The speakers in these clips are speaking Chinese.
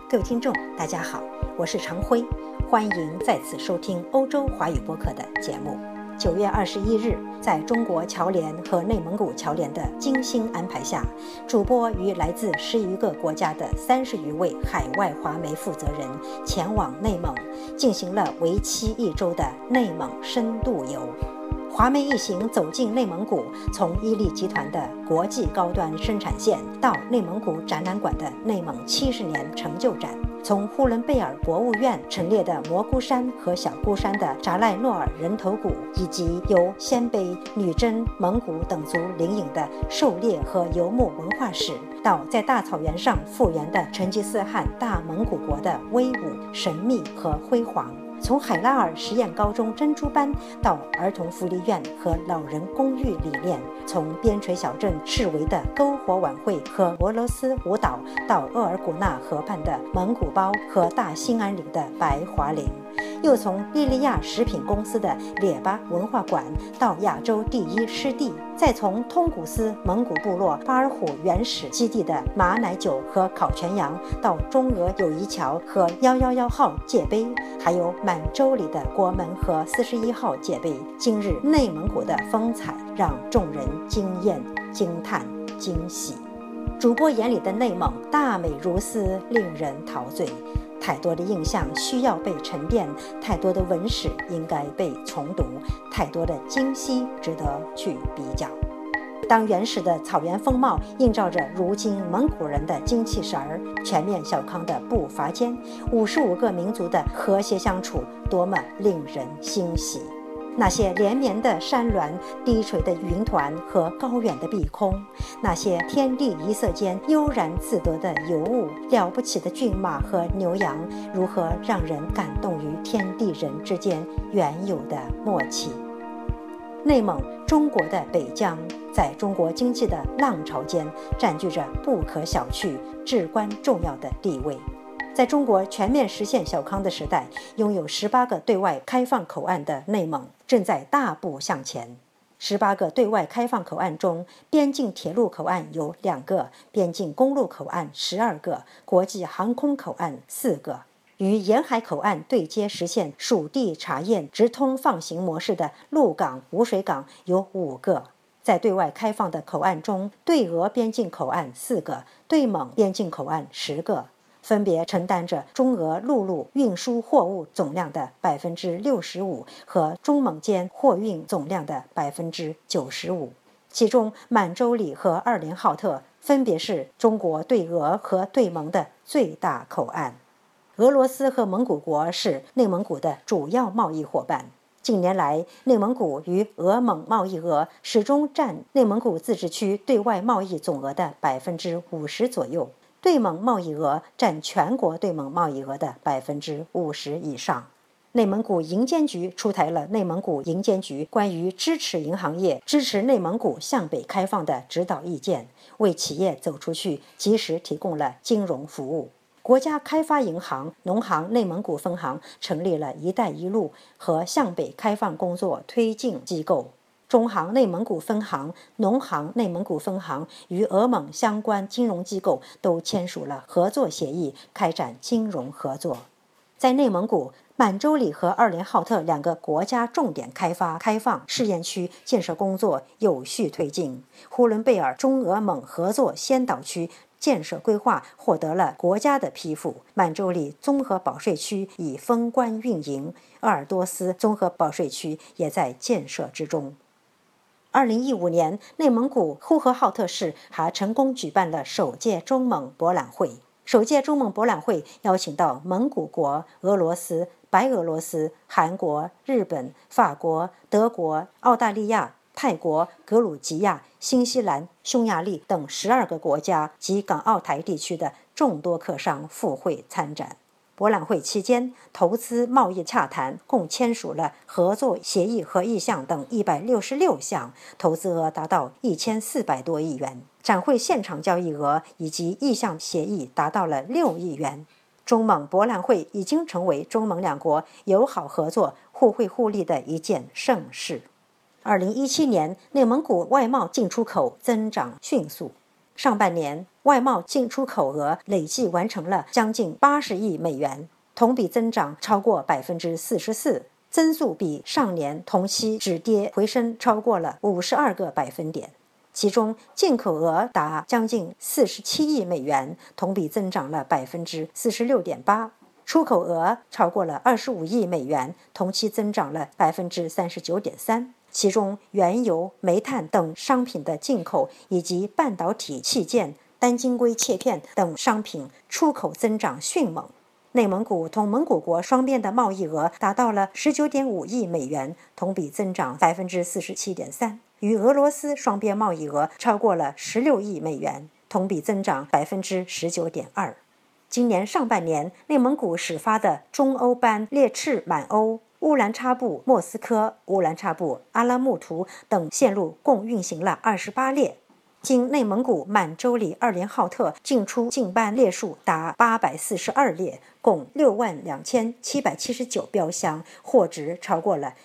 各位听众，大家好，我是常辉，欢迎再次收听欧洲华语播客的节目。9月21日，在中国侨联和内蒙古侨联的精心安排下，主播与来自10余个国家的30余位海外华媒负责人前往内蒙，进行了为期1周的内蒙深度游。华媒一行走进内蒙古，从伊利集团的国际高端生产线到内蒙古展览馆的内蒙70年成就展，从呼伦贝尔博物院陈列的蘑菇山和小菇山的扎赖诺尔人头骨，以及由鲜卑、女真、蒙古等族领引的狩猎和游牧文化史，到在大草原上复原的成吉思汗大蒙古国的威武、神秘和辉煌。从海拉尔实验高中珍珠班到儿童福利院和老人公寓理念，从边陲小镇示威的篝火晚会和俄罗斯舞蹈，到额尔古纳河畔的蒙古包和大兴安岭的白桦岭，又从利利亚食品公司的列巴文化馆到亚洲第1湿地，再从通古斯蒙古部落巴尔虎原始基地的马奶酒和烤全羊，到中俄友谊桥和111号界碑，还有满洲里的国门和41号界碑。今日内蒙古的风采让众人惊艳、惊叹、惊喜。主播眼里的内蒙大美如斯，令人陶醉。太多的印象需要被沉淀，太多的文史应该被重读，太多的今昔值得去比较。当原始的草原风貌映照着如今蒙古人的精气神儿，全面小康的步伐间，55个民族的和谐相处，多么令人欣喜！那些连绵的山峦、低垂的云团和高远的碧空，那些天地一色间悠然自得的尤物，了不起的骏马和牛羊，如何让人感动于天地人之间原有的默契？内蒙，中国的北疆，在中国经济的浪潮间占据着不可小觑、至关重要的地位。在中国全面实现小康的时代，拥有18个对外开放口岸的内蒙正在大步向前。18个对外开放口岸中，边境铁路口岸有2个，边境公路口岸12个，国际航空口岸4个。与沿海口岸对接实现属地查验直通放行模式的陆港、无水港有5个。在对外开放的口岸中，对俄边境口岸4个，对蒙边境口岸10个，分别承担着中俄陆路运输货物总量的65%和中蒙间货运总量的95%。其中，满洲里和二连浩特分别是中国对俄和对蒙的最大口岸。俄罗斯和蒙古国是内蒙古的主要贸易伙伴。近年来，内蒙古与俄蒙贸易额始终占内蒙古自治区对外贸易总额的50%左右，对蒙贸易额占全国对蒙贸易额的50%以上。内蒙古银监局出台了内蒙古银监局关于支持银行业支持内蒙古向北开放的指导意见，为企业走出去及时提供了金融服务。国家开发银行农行内蒙古分行成立了“一带一路”和向北开放工作推进机构。中行内蒙古分行、农行内蒙古分行与俄蒙相关金融机构都签署了合作协议，开展金融合作。在内蒙古，满洲里和二连浩特2个国家重点开放试验区建设工作有序推进，呼伦贝尔中俄蒙合作先导区建设规划获得了国家的批复，满洲里综合保税区已封关运营，鄂尔多斯综合保税区也在建设之中。2015年，内蒙古呼和浩特市还成功举办了首届中蒙博览会。首届中蒙博览会邀请到蒙古国、俄罗斯、白俄罗斯、韩国、日本、法国、德国、澳大利亚、泰国、格鲁吉亚、新西兰、匈牙利等12个国家及港澳台地区的众多客商赴会参展。博览会期间，投资贸易洽谈共签署了合作协议和意向等166项，投资额达到1400多亿元。展会现场交易额以及意向协议达到了6亿元。中蒙博览会已经成为中蒙2国友好合作、互惠互利的一件盛事。2017年，内蒙古外贸进出口增长迅速。上半年， 外贸进出口额累计完成了将近80亿美元，同比增长超过44%，增速比上年同期止跌回升超过了52个百分点。其中进口额达将近47亿美元，同比增长了46.8%，出口额超过了25亿美元，同期增长了39.3%。其中原油、煤炭等商品的进口以及半导体器件、单晶硅切片等商品出口增长迅猛。内蒙古同蒙古国双边的贸易额达到了19.5亿美元，同比增长47.3%，与俄罗斯双边贸易额超过了16亿美元，同比增长19.2%。今年上半年，内蒙古始发的中欧班列赤满欧、乌兰察布莫斯科、乌兰察布阿拉木图等线路共运行了28列。经内蒙古满洲里2连浩特进出境班列数达842列，共62779标箱，货值超过了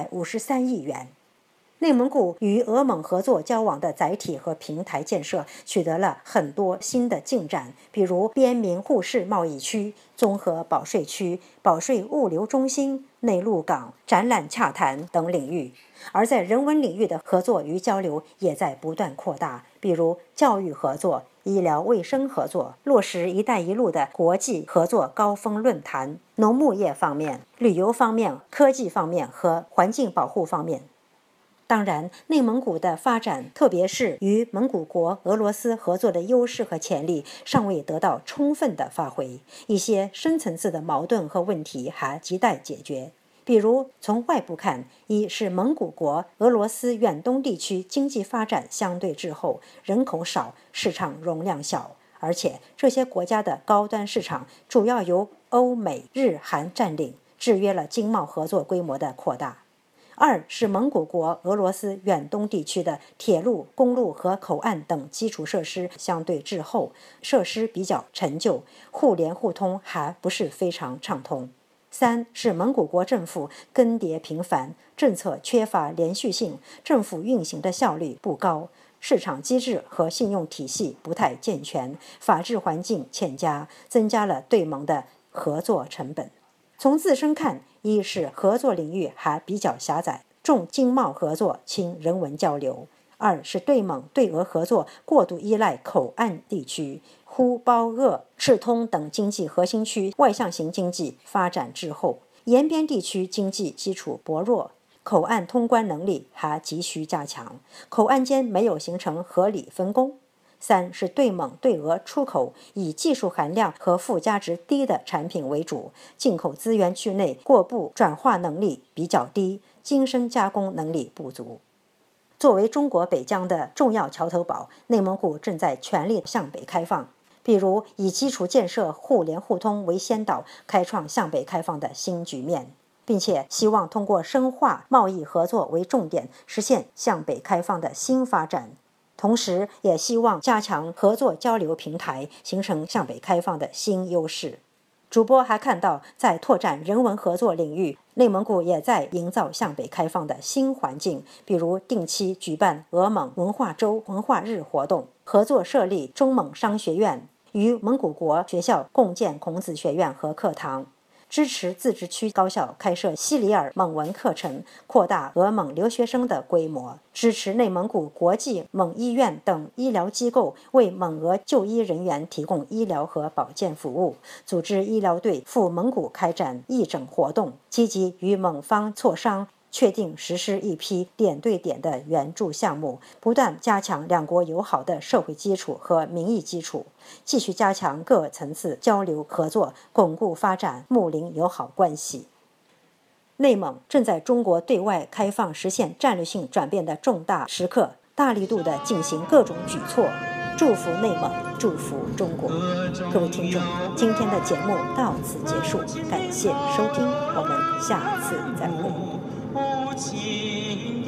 153亿元。内蒙古与俄蒙合作交往的载体和平台建设取得了很多新的进展，比如边民互市贸易区、综合保税区、保税物流中心、内陆港、展览洽谈等领域。而在人文领域的合作与交流也在不断扩大，比如教育合作、医疗卫生合作，落实“一带一路”的国际合作高峰论坛，农牧业方面、旅游方面、科技方面和环境保护方面。当然，内蒙古的发展，特别是与蒙古国、俄罗斯合作的优势和潜力，尚未得到充分的发挥，一些深层次的矛盾和问题还亟待解决。比如，从外部看，一是蒙古国、俄罗斯远东地区经济发展相对滞后，人口少，市场容量小，而且这些国家的高端市场主要由欧美日韩占领，制约了经贸合作规模的扩大。二是蒙古国、俄罗斯远东地区的铁路、公路和口岸等基础设施相对滞后，设施比较陈旧，互联互通还不是非常畅通。三是蒙古国政府更迭频繁，政策缺乏连续性，政府运行的效率不高，市场机制和信用体系不太健全，法治环境欠佳，增加了对蒙的合作成本。从自身看，一是合作领域还比较狭窄，重经贸合作，轻人文交流；二是对蒙对俄合作过度依赖口岸地区，呼包鄂、赤通等经济核心区外向型经济发展滞后，沿边地区经济基础薄弱，口岸通关能力还急需加强，口岸间没有形成合理分工。三是对蒙对俄出口以技术含量和附加值低的产品为主，进口资源区内过埠转化能力比较低，精深加工能力不足。作为中国北疆的重要桥头堡，内蒙古正在全力向北开放，比如以基础建设互联互通为先导，开创向北开放的新局面，并且希望通过深化贸易合作为重点，实现向北开放的新发展。同时也希望加强合作交流平台，形成向北开放的新优势。主播还看到，在拓展人文合作领域，内蒙古也在营造向北开放的新环境，比如定期举办俄蒙文化周、文化日活动，合作设立中蒙商学院，与蒙古国学校共建孔子学院和课堂，支持自治区高校开设西里尔蒙文课程，扩大俄蒙留学生的规模，支持内蒙古国际蒙医院等医疗机构为蒙俄就医人员提供医疗和保健服务，组织医疗队赴蒙古开展义诊活动，积极与蒙方磋商，确定实施一批点对点的援助项目，不断加强两国友好的社会基础和民意基础，继续加强各层次交流合作，巩固发展睦邻友好关系。内蒙正在中国对外开放实现战略性转变的重大时刻，大力度地进行各种举措，祝福内蒙，祝福中国。各位听众，今天的节目到此结束，感谢收听，我们下次再会。